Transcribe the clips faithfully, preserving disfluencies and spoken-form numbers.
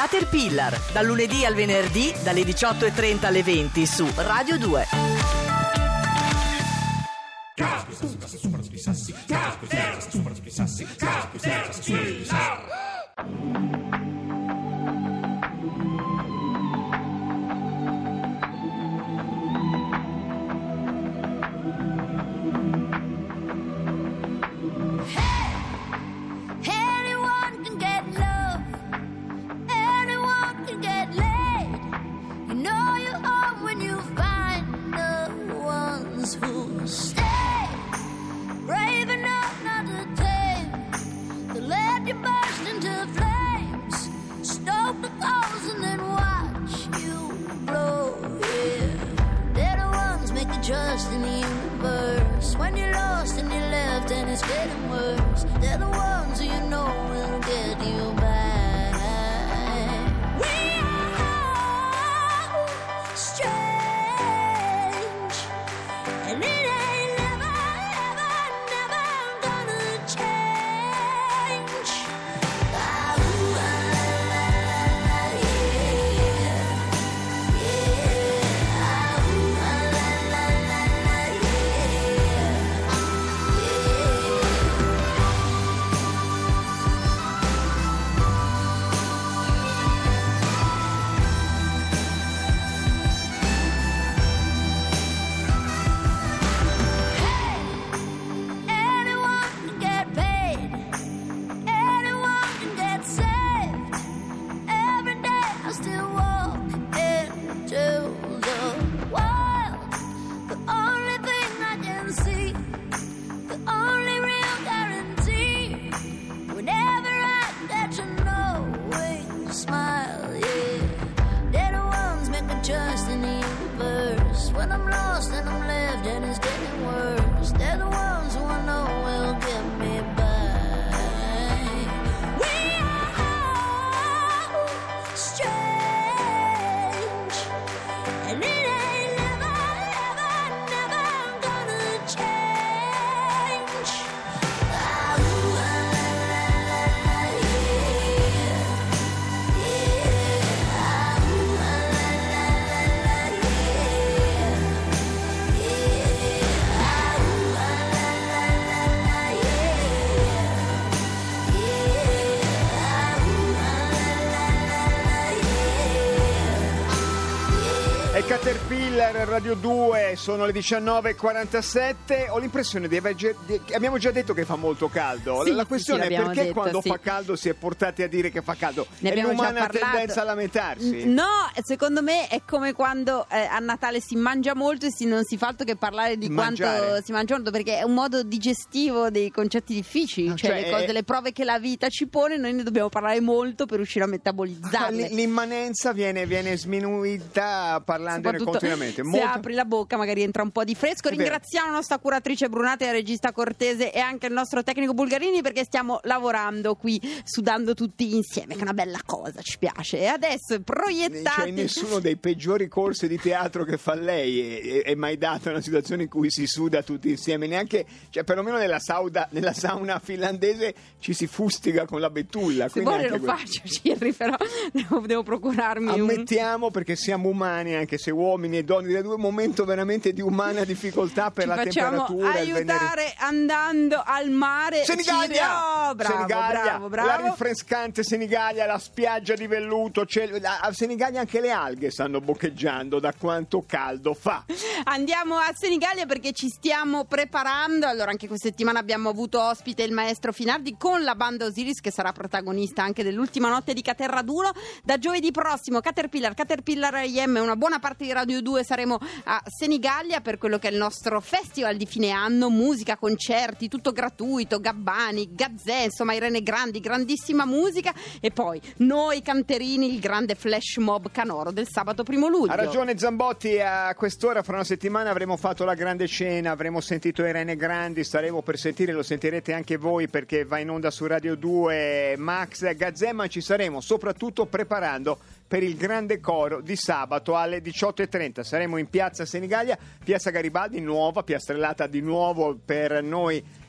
Caterpillar, dal lunedì al venerdì dalle diciotto e trenta alle venti su Radio due. Who stay brave enough not to tame, to let you burst into flames, stoke the coals and then watch you blow. Yeah, they're the ones make you trust in the universe. When you're lost and you're left and it's getting worse, they're the ones who you know will get you back. We are strange. And it ain't never, ever, never gonna change. Ah, ooh, ah, la, la, la, yeah. Yeah. Ah, ooh, ah, la, la, la, la, yeah. Just in the universe. When I'm lost and I'm left and it's getting worse, they're the ones who I know will get me back. We are strange, and it ain't never, ever, never gonna change. Ah, ooh, ah, la, la, la, la, yeah. Yeah, ah, ooh, ah, la, la. E Caterpillar, Radio due, sono le diciannove e quarantasette. Ho l'impressione di aver già, di, abbiamo già detto che fa molto caldo. Sì, la questione sì, è perché detto, quando sì. fa caldo si è portati a dire che fa caldo. Ne è abbiamo l'umana già parlato. tendenza a lamentarsi? No, secondo me è come quando eh, a Natale si mangia molto e si, non si fa altro che parlare di Mangiare. quanto si mangia molto, perché è un modo digestivo dei concetti difficili, No, cioè, cioè le cose, è... le prove che la vita ci pone, noi ne dobbiamo parlare molto per riuscire a metabolizzarle. L'immanenza viene, viene sminuita parlandone continuamente. Se Molto... apri la bocca magari entra un po' di fresco. È vero. Ringraziamo la nostra curatrice Brunate, la regista Cortese e anche il nostro tecnico Bulgarini, perché stiamo lavorando qui sudando tutti insieme, che è una bella cosa, ci piace. E adesso proiettate. Cioè, nessuno dei peggiori corsi di teatro che fa lei è, è, è mai dato una situazione in cui si suda tutti insieme, neanche, cioè perlomeno nella, sauda, nella sauna finlandese ci si fustiga con la betulla. Se vuole lo que... faccio, Cirri, però devo, devo procurarmi ammettiamo un... perché siamo umani, anche se uomini e donne, un momento veramente di umana difficoltà per ci la facciamo temperatura. aiutare andando al mare. Senigallia! Ci... Oh, bravo, Senigallia, bravo, bravo. la rinfrescante Senigallia, la spiaggia di velluto, c'è, a Senigallia anche le alghe stanno boccheggiando da quanto caldo fa. Andiamo a Senigallia perché ci stiamo preparando. Allora, anche questa settimana abbiamo avuto ospite il maestro Finardi con la banda Osiris, che sarà protagonista anche dell'ultima notte di Caterraduno. Da giovedì prossimo Caterpillar, Caterpillar I M, una buona parte di Radio due saremo a Senigallia per quello che è il nostro festival di fine anno, musica, concerti, tutto gratuito, Gabbani, Gazzè, insomma Irene Grandi, grandissima musica, e poi noi canterini, il grande flash mob canoro del sabato primo luglio. Ha ragione Zambotti, a quest'ora fra una settimana avremo fatto la grande cena, avremo sentito Irene Grandi, staremo per sentire, lo sentirete anche voi perché va in onda su Radio due Max Gazzè, ma ci saremo soprattutto preparando per il grande coro di sabato alle diciotto e trenta. Saremo in piazza Senigallia, piazza Garibaldi nuova, piastrellata di nuovo per noi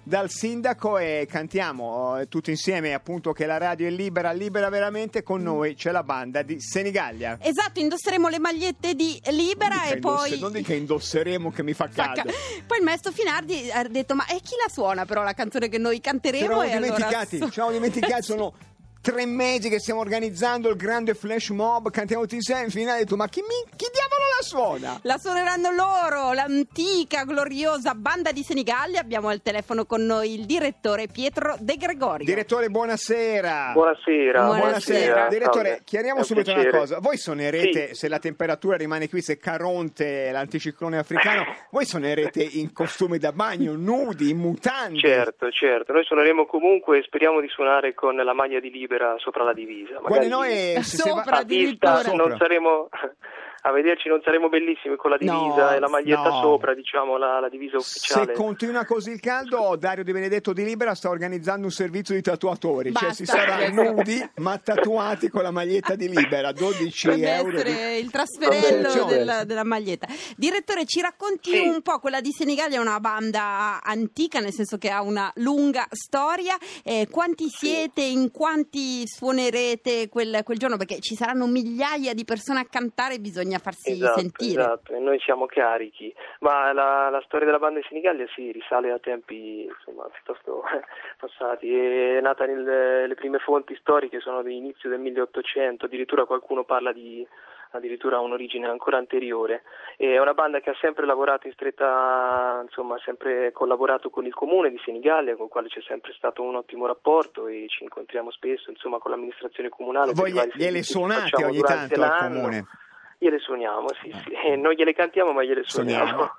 dal sindaco e cantiamo eh, tutti insieme, appunto, che la radio è libera, libera veramente. Con noi c'è la banda di Senigallia. Esatto, indosseremo le magliette di Libera Non e dica indosse- poi... non dica indosseremo che mi fa Fa caldo. ca- Poi il maestro Finardi ha detto: ma e chi la suona però la canzone che noi Ci canteremo? eravamo E allora dimenticati, so- ci eravamo dimenticati, sono tre mesi che stiamo organizzando il grande flash mob, cantiamo tutti insieme, in finale ho detto ma chi, mi, chi diavolo la suona? La suoneranno loro, l'antica, gloriosa banda di Senigallia. Abbiamo al telefono con noi il direttore Pietro De Gregorio. Direttore, buonasera. Buonasera. Buonasera. Direttore, Salve. chiariamo È un subito una piacere. cosa. Voi suonerete, Sì. se la temperatura rimane qui, se Caronte, l'anticiclone africano, voi suonerete in costume da bagno, nudi, in mutande. Certo, certo. Noi suoneremo comunque e speriamo di suonare con la maglia di Libera sopra la divisa. Quale Magari noi se- se va- Sopra a vista addirittura. non saremo... A vederci non saremo bellissimi con la divisa No, e la maglietta no. sopra, diciamo, la, la divisa ufficiale. Se continua così il caldo, Dario Di Benedetto di Libera sta organizzando un servizio di tatuatori, cioè Basta. si sarà nudi ma tatuati con la maglietta di Libera, dodici Potrebbe euro. essere di- il trasferello Soluzione. della, della maglietta. Direttore, ci racconti Sì. un po', quella di Senigallia è una banda antica, nel senso che ha una lunga storia. Eh, quanti siete, in quanti suonerete quel, quel giorno? Perché ci saranno migliaia di persone a cantare, bisogna farsi Esatto, sentire. esatto, e noi siamo carichi, ma la, la storia della banda di Senigallia si risale a tempi insomma piuttosto passati, è nata nel, le prime fonti storiche sono dell'inizio del milleottocento, addirittura qualcuno parla di addirittura un'origine ancora anteriore. È una banda che ha sempre lavorato in stretta, insomma, ha sempre collaborato con il comune di Senigallia, con il quale c'è sempre stato un ottimo rapporto e ci incontriamo spesso, insomma, con l'amministrazione comunale. Voi per i vari gliele servizi che suonate facciamo ogni durante tanto al l'anno. comune? Gliele suoniamo, sì, sì. E non gliele cantiamo, ma gliele suoniamo. Suoniamo.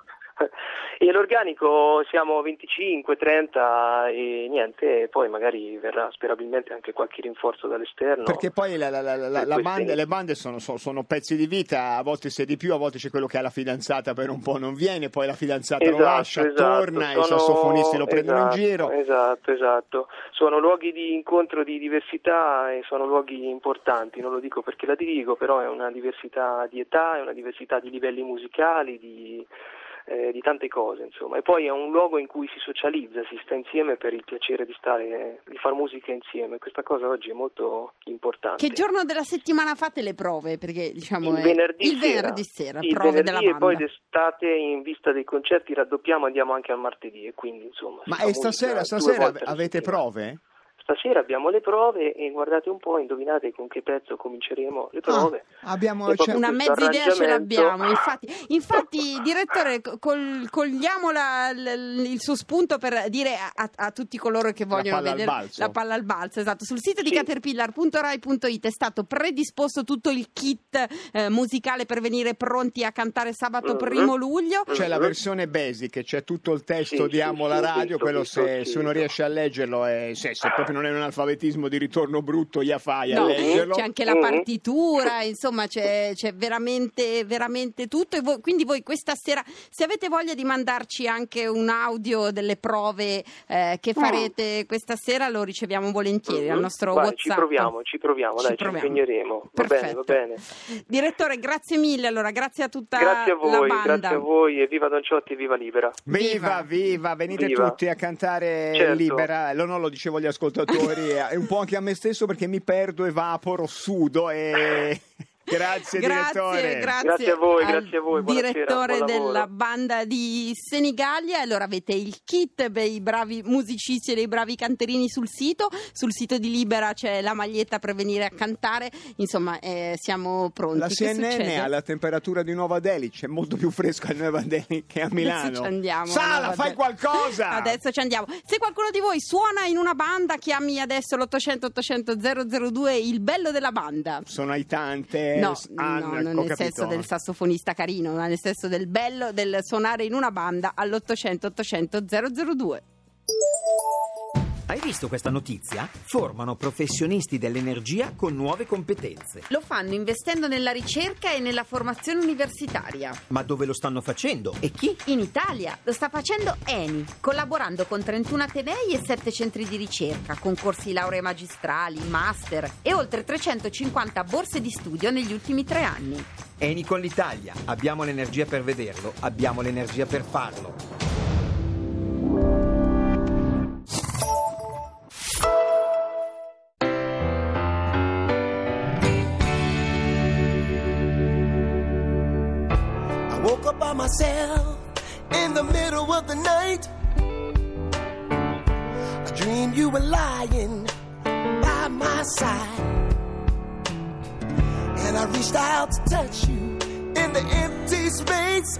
E l'organico siamo venticinque trenta e niente, poi magari verrà sperabilmente anche qualche rinforzo dall'esterno. Perché poi la, la, la, la, Per la questi- banda, le bande sono, sono, sono pezzi di vita, a volte si è di più, a volte c'è quello che ha la fidanzata per un po' non viene, poi la fidanzata lo Esatto, lascia, esatto, torna, i sono- sassofonisti lo prendono esatto, in giro. Esatto, esatto. Sono luoghi di incontro di diversità e sono luoghi importanti, non lo dico perché la dirigo, però è una diversità di età, è una diversità di livelli musicali, di... Eh, di tante cose, insomma, e poi è un luogo in cui si socializza, si sta insieme per il piacere di stare, di far musica insieme. Questa cosa oggi è molto importante. Che giorno della settimana fate le prove? Perché diciamo Il è venerdì il sera, venerdì sera, il prove venerdì della e banda. poi d'estate in vista dei concerti raddoppiamo, andiamo anche al martedì e quindi insomma. si Ma fa e musica stasera, due stasera volte alla avete settimana. prove? Stasera abbiamo le prove e guardate un po', indovinate con che pezzo cominceremo le prove. Ah, abbiamo E poi c'è- Una questo mezza idea ce arrangiamento- l'abbiamo, infatti, infatti direttore, col- cogliamo la- l- il suo spunto per dire a, a- a tutti coloro che vogliono palla al vedere balzo. la palla al balzo, esatto. Sul sito di Sì. caterpillar punto rai punto it è stato predisposto tutto il kit eh, musicale per venire pronti a cantare sabato Mhm. primo luglio. C'è la versione basic, c'è tutto il testo Sì, di sì, Amo sì, la ho radio, visto, quello visto, se, sì, se uno sì. riesce a leggerlo, è, se, se proprio non è un alfabetismo di ritorno brutto, gli fai a No, leggerlo. c'è anche la Mhm. partitura, insomma c'è, c'è veramente, veramente tutto. E voi, quindi voi questa sera, se avete voglia di mandarci anche un audio delle prove eh, che farete questa sera, lo riceviamo volentieri al Mhm. nostro Vai, WhatsApp. Ci proviamo, ci proviamo, Ci dai, proviamo. ci impegneremo. Va Perfetto. bene, va bene. Direttore, grazie mille, allora grazie a tutta Grazie a la voi, banda. grazie a voi e viva Don Ciotti e viva Libera. Viva, viva, venite Viva. tutti a cantare Certo. Libera. Lo, no, lo dicevo agli ascoltatori e un po' anche a me stesso perché mi perdo, evaporo, sudo e... Grazie, direttore. grazie, Grazie a voi, al grazie a voi, buonasera, direttore buon lavoro. della banda di Senigallia. Allora avete il kit dei bravi musicisti e dei bravi canterini sul sito. Sul sito di Libera c'è la maglietta per venire a cantare. Insomma, eh, siamo pronti. La Che C N N succede? ha la temperatura di Nuova Delhi, c'è molto più fresco a Nuova Delhi che a Milano. Adesso ci andiamo. Sala, Nuova fai Delhi. qualcosa! Adesso ci andiamo. Se qualcuno di voi suona in una banda, chiami adesso l'ottocento ottocento zero zero due, il bello della banda. Sono aitanti. No, Anna, no, non ho nel capito. senso del sassofonista carino, ma nel senso del bello del suonare in una banda all'ottocento ottocento zero zero due. Hai visto questa notizia? Formano professionisti dell'energia con nuove competenze. Lo fanno investendo nella ricerca e nella formazione universitaria. Ma dove lo stanno facendo? E chi? In Italia lo sta facendo Eni, collaborando con trentuno atenei e sette centri di ricerca, con corsi di laurea magistrali, master e oltre trecentocinquanta borse di studio negli ultimi tre anni. Eni con l'Italia. Abbiamo l'energia per vederlo, abbiamo l'energia per farlo. woke up by myself in the middle of the night. I dreamed you were lying by my side, and I reached out to touch you in the empty space.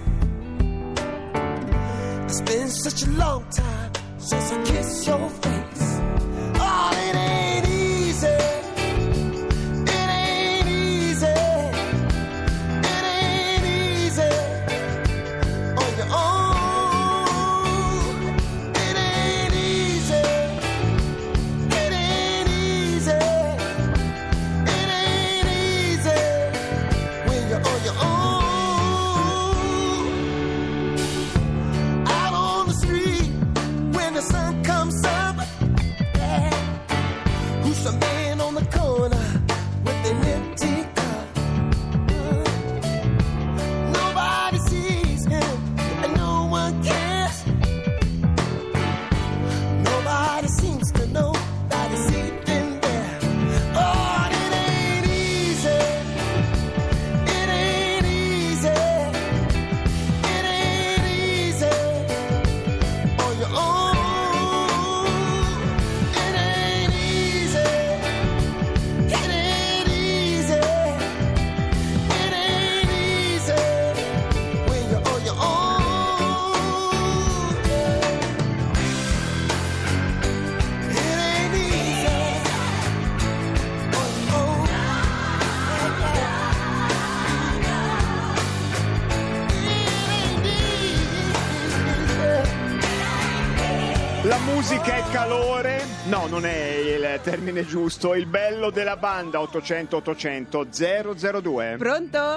It's been such a long time since I kissed your face. Oh, it ain't easy. It ain't easy. It ain't easy on your own. It ain't easy. It ain't easy. It ain't easy when you're on your own. The sun comes up, yeah. Who's the man on the corner with an empty cup? Uh, nobody sees him and no one cares. Nobody seems to know that he's sleeping there. Oh, it ain't easy. It ain't easy. It ain't easy on your own. La musica e il calore, no, non è il termine giusto, il bello della banda. Ottocento ottocento zero zero due. Pronto?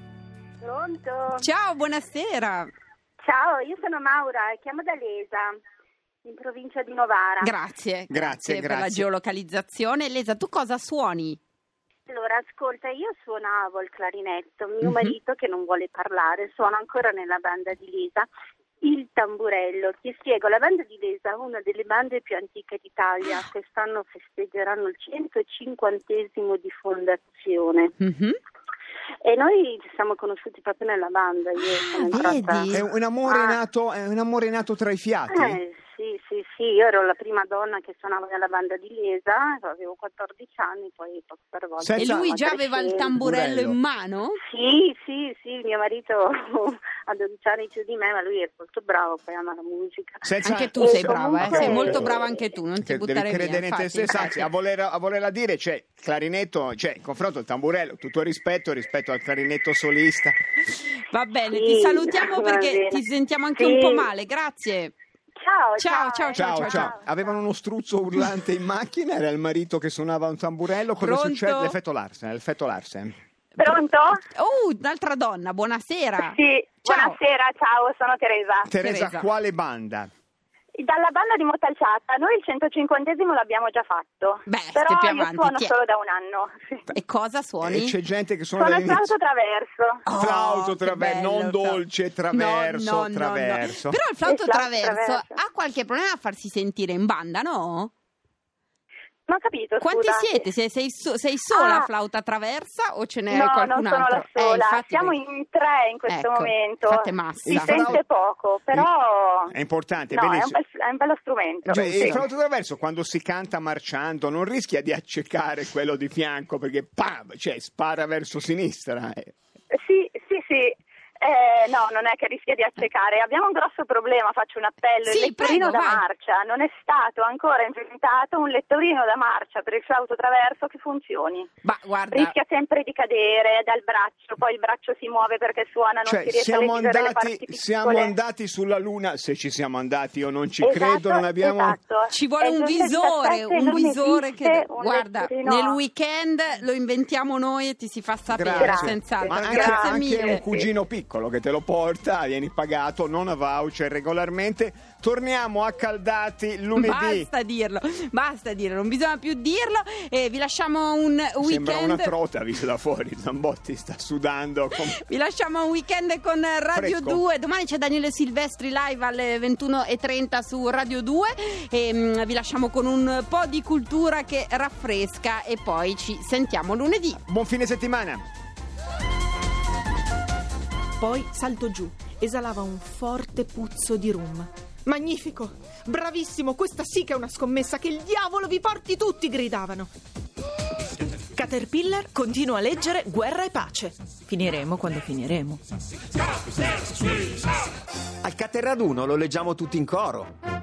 Pronto? Ciao, buonasera. Ciao, io sono Maura e chiamo da Lesa, in provincia di Novara. Grazie, Grazie, per la grazie. geolocalizzazione. Lesa, tu cosa suoni? Allora, ascolta, io suonavo il clarinetto, mio Mhm. marito che non vuole parlare, suona ancora nella banda di Lesa, il tamburello. Ti spiego, la banda di Lesa è una delle bande più antiche d'Italia, quest'anno festeggeranno il centocinquantesimo di fondazione. Mhm. E noi ci siamo conosciuti proprio nella banda, io sono entrata... vedi? È un amore Ah. nato, è un amore nato tra i fiati? Eh, sì, sì, sì, io ero la prima donna che suonava nella banda di Lesa, avevo quattordici anni, poi poco per volta. Senza- E lui insomma, già aveva il crescendo. tamburello Tamburello. in mano? Sì, sì, sì, mio marito ha dodici anni più di me, ma lui è molto bravo, poi ama la musica. Senza- Anche tu E sei brava, eh? comunque- Sei molto brava anche tu, non ti Che buttare devi credere via. in te infatti, stessa, anzi, a, infatti. voler, a volerla dire, c'è il clarinetto, c'è in confronto il tamburello, tutto il rispetto rispetto al clarinetto solista. Va bene, Sì, ti salutiamo va perché bene. ti sentiamo anche Sì. un po' male, grazie. Ciao, Ciao, ciao, ciao, eh. Ciao, ciao. Avevano uno struzzo urlante in macchina, era il marito che suonava un tamburello. Cosa Pronto? succede? L'effetto Larsen, l'effetto Larsen. Pronto? Oh, un'altra donna, buonasera. Sì, Ciao. buonasera, ciao, sono Teresa. Teresa, Teresa. quale banda? Dalla banda di Montalciata, noi il centocinquantesimo l'abbiamo già fatto, Beh, però stai più io avanti, suono ti è- solo da un anno. E cosa suoni? E c'è gente che suona Suono il dall'inizio. flauto traverso. Oh, Flauto che traverso, bello, non flauto. dolce, traverso, No, no, no, no. traverso. Però il flauto Il flauto traverso traverso. ha qualche problema a farsi sentire in banda, no? Non ho capito, Quanti scusate. siete? Sei, sei, so- sei sola Ah. flauta traversa o ce n'è No, qualcun non sono altro? la sola, Eh, infatti, siamo perché- in tre in questo Ecco, momento. fate massa. Si Il sente flauto- poco, però È importante, no, è un, benissimo. bel, è un bello strumento. Cioè, sì. il flauto traverso quando si canta marciando non rischia di accecare quello di fianco perché pam, cioè, spara verso sinistra. eh. Sì, sì, sì. Eh, no, non è che rischia di accecare. Abbiamo un grosso problema, faccio un appello. Sì, il lettorino prego, da vai. marcia. Non è stato ancora inventato un lettorino da marcia per il flauto traverso che funzioni. Ma guarda, Rischia sempre di cadere dal braccio, poi il braccio si muove perché suona, non Cioè, si riesce a siamo leggere le andati, parti siamo piccole. andati sulla Luna, se ci siamo andati, io non ci Esatto, credo, non abbiamo... esatto. ci vuole E un il visore, duemiladiciassette un non visore che esiste un guarda, lettorino. nel weekend lo inventiamo noi e ti si fa sapere Grazie. senz'altro. Ma anche, Grazie anche mille. un cugino piccolo che te lo porta, vieni pagato, non a voucher, regolarmente. Torniamo accaldati lunedì. Basta dirlo, basta dirlo, non bisogna più dirlo e vi lasciamo un Sembra una weekend. trota visto da fuori, Zambotti sta sudando. com- Vi lasciamo un weekend con Radio Fresco. due. Domani c'è Daniele Silvestri live alle ventuno e trenta su Radio due e mm, vi lasciamo con un po' di cultura che raffresca e poi ci sentiamo lunedì. Buon fine settimana. Poi salto giù. Esalava un forte puzzo di rum. Magnifico! Bravissimo! Questa sì che è una scommessa! Che il diavolo vi porti tutti! Gridavano. Caterpillar continua a leggere Guerra e pace. Finiremo quando finiremo. Al Caterraduno lo leggiamo tutti in coro.